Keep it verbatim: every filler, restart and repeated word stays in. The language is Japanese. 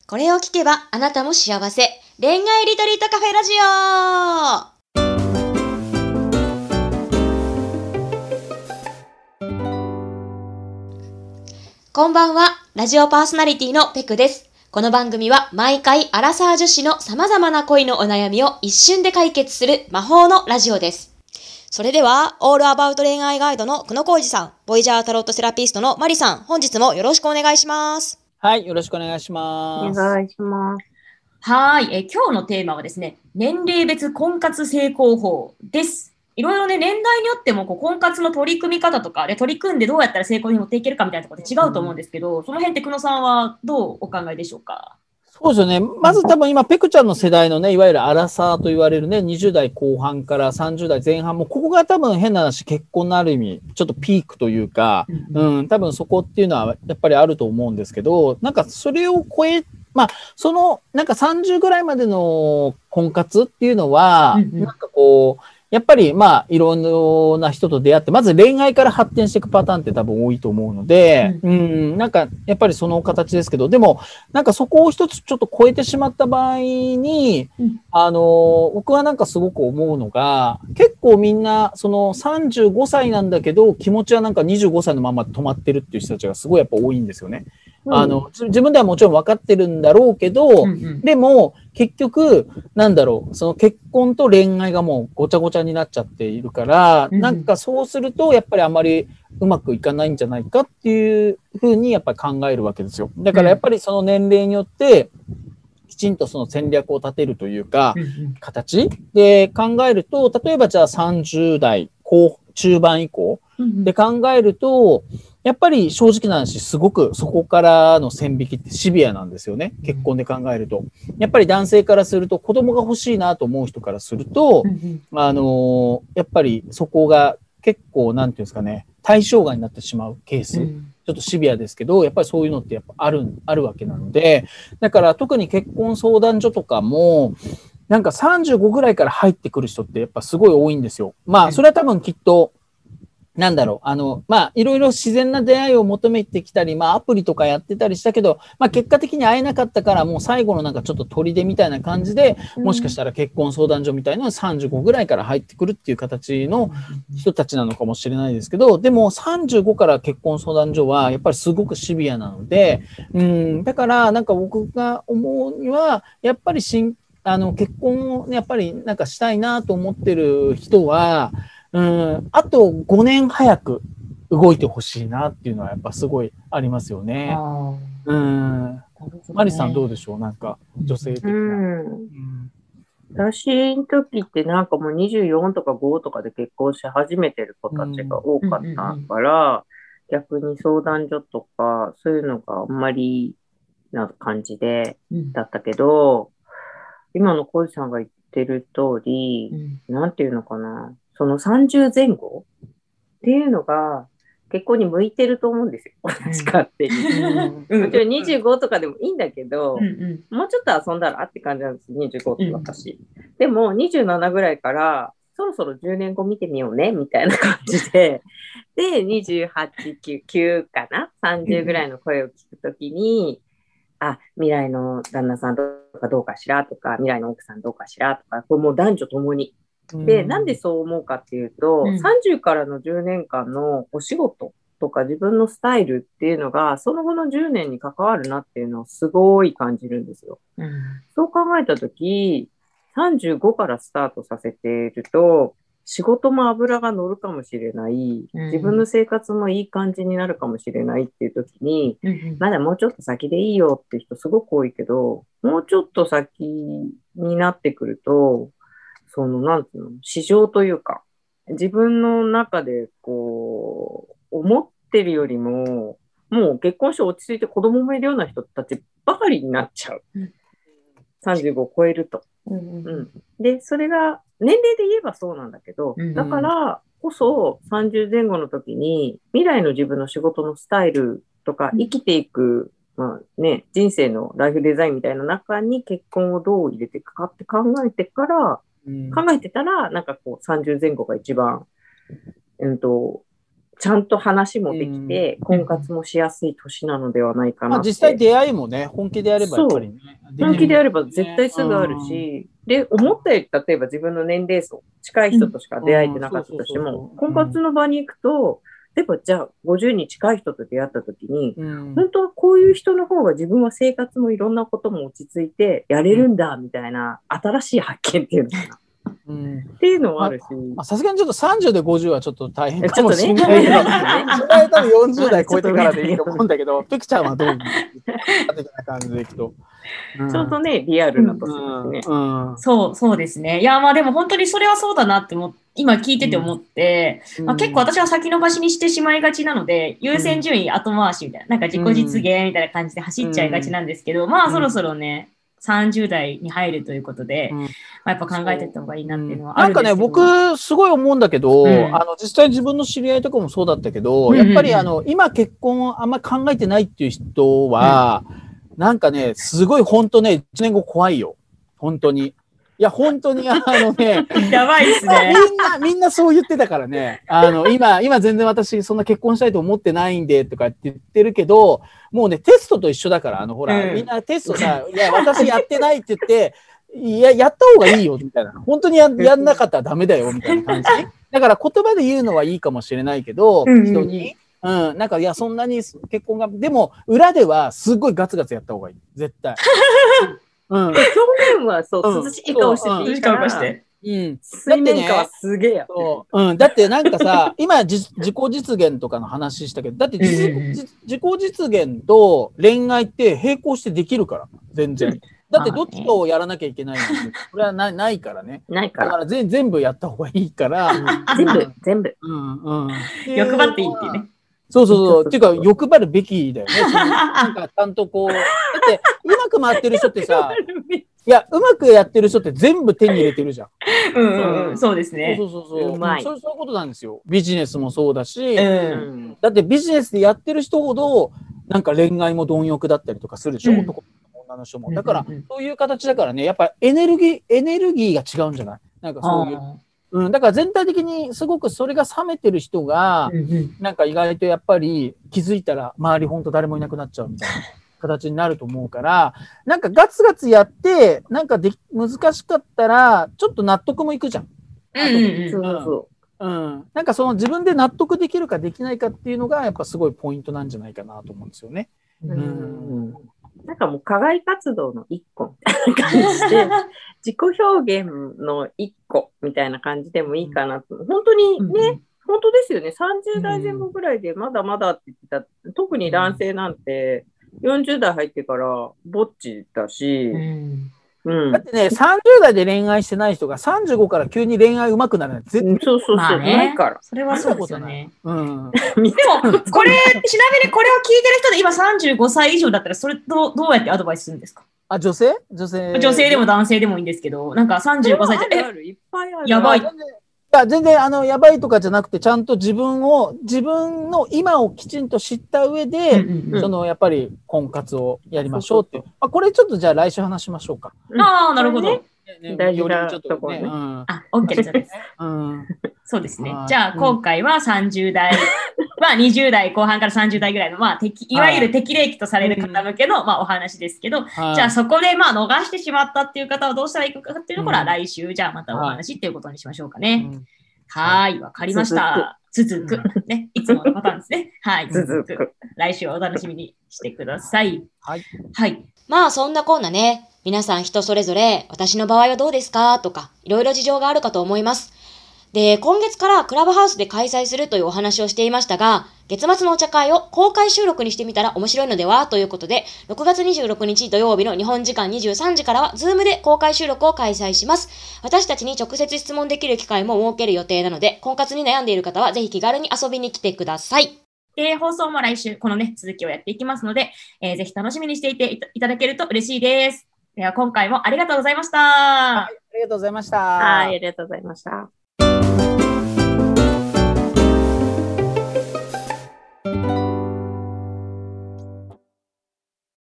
これを聞けばあなたも幸せ。恋愛リトリートカフェラジオ。こんばんは。ラジオパーソナリティのペクです。この番組は毎回アラサー女子の様々な恋のお悩みを一瞬で解決する魔法のラジオです。それでは、オールアバウト恋愛ガイドの久野浩二さん、ボイジャータロットセラピストのマリさん、本日もよろしくお願いします。 はい、よろしくお願いします。 お願いします。 はい、え今日のテーマはですね、年齢別婚活成功法です。いろいろね、年代によってもこう婚活の取り組み方とかで取り組んでどうやったら成功に持っていけるかみたいなところで違うと思うんですけど、うん、その辺って久野さんはどうお考えでしょうか？ そうですよね。まず多分今、ペクちゃんの世代のね、いわゆるアラサーと言われるね、にじゅう代後半からさんじゅう代前半も、ここが多分変な話、結婚のある意味、ちょっとピークというか、うん、うん、多分そこっていうのはやっぱりあると思うんですけど、なんかそれを超え、まあ、その、なんかさんじゅうぐらいまでの婚活っていうのは、うんうん、なんかこう、やっぱりまあいろんな人と出会って、まず恋愛から発展していくパターンって多分多いと思うので、うん、うん、なんかやっぱりその形ですけど、でもなんかそこを一つちょっと超えてしまった場合に、うん、あの、僕はなんかすごく思うのが、結構みんなそのさんじゅうごさいなんだけど、気持ちはなんかにじゅうごさいのまま止まってるっていう人たちがすごいやっぱ多いんですよね。うん、あの、自分ではもちろん分かってるんだろうけど、うんうん、でも結局、なんだろう、その結婚と恋愛がもうごちゃごちゃになっちゃっているから、うんうん、なんかそうするとやっぱりあまりうまくいかないんじゃないかっていうふうにやっぱり考えるわけですよ。だからやっぱりその年齢によって、きちんとその戦略を立てるというか、うんうん、形で考えると、例えばじゃあさんじゅう代後中盤以降で考えると、やっぱり正直な話、すごくそこからの線引きってシビアなんですよね。結婚で考えると。やっぱり男性からすると、子供が欲しいなと思う人からすると、あの、やっぱりそこが結構、なんていうんですかね、対象外になってしまうケース。ちょっとシビアですけど、やっぱりそういうのってやっぱある、あるわけなので、だから特に結婚相談所とかも、なんかさんじゅうごぐらいから入ってくる人ってやっぱすごい多いんですよ。まあ、それは多分きっと、なんだろう、あの、まあ、いろいろ自然な出会いを求めてきたり、まあ、アプリとかやってたりしたけど、まあ、結果的に会えなかったから、もう最後のなんかちょっと砦みたいな感じで、もしかしたら結婚相談所みたいなのはさんじゅうごぐらいから入ってくるっていう形の人たちなのかもしれないですけど、でもさんじゅうごから結婚相談所はやっぱりすごくシビアなので、うん、だからなんか僕が思うには、やっぱりしんあの結婚をやっぱりなんかしたいなと思ってる人は、うん、あとごねん早く動いてほしいなっていうのはやっぱすごいありますよね。うん。マリさんどうでしょう？なんか女性的な。うんうん、私の時ってなんかもうにじゅうよんとかごとかで結婚し始めてる子たちが多かったから、逆に相談所とかそういうのがあんまりな感じで、だったけど、今の小路さんが言ってる通り、うん、なんていうのかな、そのさんじゅう前後っていうのが結婚に向いてると思うんですよ。私勝手に。もちろんにじゅうごとかでもいいんだけど、うんうん、もうちょっと遊んだらって感じなんです。にじゅうごって私、うん。でもにじゅうななぐらいからそろそろじゅうねんご見てみようねみたいな感じで、で、にじゅうはち、きゅう、きゅうかな ?さんじゅうぐらいの声を聞くときに、あ、未来の旦那さんとかどうかしらとか、未来の奥さんどうかしらとか、これもう男女ともに。で、なんでそう思うかっていうと、うん、さんじゅうからのじゅうねんかんのお仕事とか自分のスタイルっていうのが、その後のじゅうねんに関わるなっていうのをすごい感じるんですよ。うん、そう考えたとき、さんじゅうごからスタートさせていると、仕事も油が乗るかもしれない、自分の生活もいい感じになるかもしれないっていう時に、うん、まだもうちょっと先でいいよって人すごく多いけど、もうちょっと先になってくると、その、なんていうの、市場というか、自分の中でこう、思ってるよりも、もう結婚して落ち着いて子供もいるような人たちばかりになっちゃう。うん、さんじゅうごを超えると。うんうん、で、それが年齢で言えばそうなんだけど、うんうん、だからこそさんじゅう前後の時に未来の自分の仕事のスタイルとか生きていく、まあね、人生のライフデザインみたいな中に結婚をどう入れていくかって考えてから、うん、考えてたらなんかこうさんじゅう前後が一番、うんと、 ちゃんと話もできて、うん、婚活もしやすい年なのではないかなって。まあ、 実際出会いもね、本気でやればやっぱりね。 本気でやれば絶対すぐあるし、うん、で、思ったより、例えば自分の年齢層、近い人としか出会えてなかったとしても、婚活の場に行くと、例えばじゃあごじゅうに近い人と出会った時に、うん、本当はこういう人の方が自分は生活もいろんなことも落ち着いてやれるんだみたいな新しい発見っていうのかな。うん、っていうのもあるし。 さすがにちょっとさんじゅうでごじゅうはちょっと大変かもしれないけど、それは多分よんじゅう代超えてからでいいと思うんだけど、ペクちゃんはどうみたいな感じでいくと。 うん、ちょっとね、リアルな年ですね、 うんうん。そう、そうですね。いや、まあでも本当にそれはそうだなって思って、今聞いてて思って、うんまあ、結構私は先延ばしにしてしまいがちなので、優先順位後回しみたいな、なんか自己実現みたいな感じで走っちゃいがちなんですけど、まあそろそろね、さんじゅう代に入るということで、うんまあ、やっぱ考えていった方がいいなっていうのはあるんですけど、 なんかね、僕すごい思うんだけど、うん、あの実際自分の知り合いとかもそうだったけど、うんうんうん、やっぱりあの今結婚をあんまり考えてないっていう人は、うん、なんかね、すごい本当ね、いちねんご怖いよ。本当に。いや、本当にあのね、 やばいっすね。 みんな、みんなそう言ってたからね。あの、今、今全然私そんな結婚したいと思ってないんで、とかって言ってるけど、もうね、テストと一緒だから、あの、ほら、うん、みんなテストさ、いや、私やってないって言って、いや、やった方がいいよ、みたいな。本当に や, やんなかったらダメだよ、みたいな感じ。だから言葉で言うのはいいかもしれないけど、人に。うん、なんか、いや、そんなに結婚が、でも、裏ではすごいガツガツやった方がいい。絶対。 うん、表面はそう、うん、涼しい顔してていいから、うん、して。うん。水面下はすげえや。 うん。だってなんかさ、今自己実現とかの話したけど、だって自,、うん、自己実現と恋愛って並行してできるから、全然。だってどっちかをやらなきゃいけないのに、これはな い, ないからね。 ないから。 だから全全部やった方がいいから。 全部、全部。 うんうん。欲張っていいっていうね。 そうそうそう。っていうか、欲張るべきだよね。なんか、ちゃんとこう。だって、うまく回ってる人ってさ、いや、うまくやってる人って全部手に入れてるじゃん。 うんうん、そうですね。 そうそうそう。うまい。そういうことなんですよ。ビジネスもそうだし、うん、だってビジネスでやってる人ほど、なんか恋愛も貪欲だったりとかするでしょ、うん、男の女の人も。だから、そういう形だからね、やっぱエネルギー、エネルギーが違うんじゃない？なんかそういう。うん、だから全体的にすごくそれが冷めてる人が、うんうん、なんか意外とやっぱり気づいたら周りほんと誰もいなくなっちゃうみたいな形になると思うから、なんかガツガツやって、なんかで難しかったら、ちょっと納得もいくじゃん。うん。うん。なんかその自分で納得できるかできないかっていうのがやっぱすごいポイントなんじゃないかなと思うんですよね。うん。 うんなんかもう課外活動の一個みたいな感じで、自己表現の一個みたいな感じでもいいかなと。本当にね、うん、本当ですよね。さんじゅう代前後ぐらいでまだまだって言ってた。特に男性なんてよんじゅう代入ってからぼっちだし、うんうん、だってね、さんじゅう代で恋愛してない人がさんじゅうごから急に恋愛上手くなるなんて絶対、 うん、そうそうそう、まあね、ないから。 それはそうですよね。うん、でも、これ、ちなみにこれを聞いてる人で今さんじゅうごさい以上だったら、それどう、どうやってアドバイスするんですか？ あ、女性女性女性でも男性でもいいんですけど、なんかさんじゅうごさいで、 え、いっぱいある。 やばい。 いや、全然、あの、やばいとかじゃなくて、ちゃんと自分を、自分の今をきちんと知った上で、うんうん、その、やっぱり、婚活をやりましょうっていう。まあ、これちょっとじゃあ来週話しましょうか。 ああ、なるほど。 ねね、大事なところね。 うん、あ、OK です。うん、そうですね。じゃあ、今回はさんじゅう代、まあにじゅう代後半からさんじゅう代ぐらいの、まあ、適いわゆる適齢期とされる方向けの、まあ、お話ですけど、じゃあそこで、まあ、逃してしまったっていう方はどうしたらいいかっていうところは、来週、じゃあまたお話っていうことにしましょうかね。はい、わかりました。続く。ね、いつものパターンですね。はい、続く。来週はお楽しみにしてください。 はい。 はい。 まあ、そんなこんなね、皆さん人それぞれ、私の場合はどうですかとか、いろいろ事情があるかと思います。で、今月からクラブハウスで開催するというお話をしていましたが、月末のお茶会を公開収録にしてみたら面白いのではということで、ろくがつにじゅうろくにち土曜日の日本時間にじゅうさんじからは、ズームで公開収録を開催します。私たちに直接質問できる機会も設ける予定なので、婚活に悩んでいる方はぜひ気軽に遊びに来てください。 で、放送も来週、このね、続きをやっていきますので、えー、ぜひ楽しみにしていていただけると嬉しいです。では、今回もありがとうございました。 はい、ありがとうございました。 はい、ありがとうございました。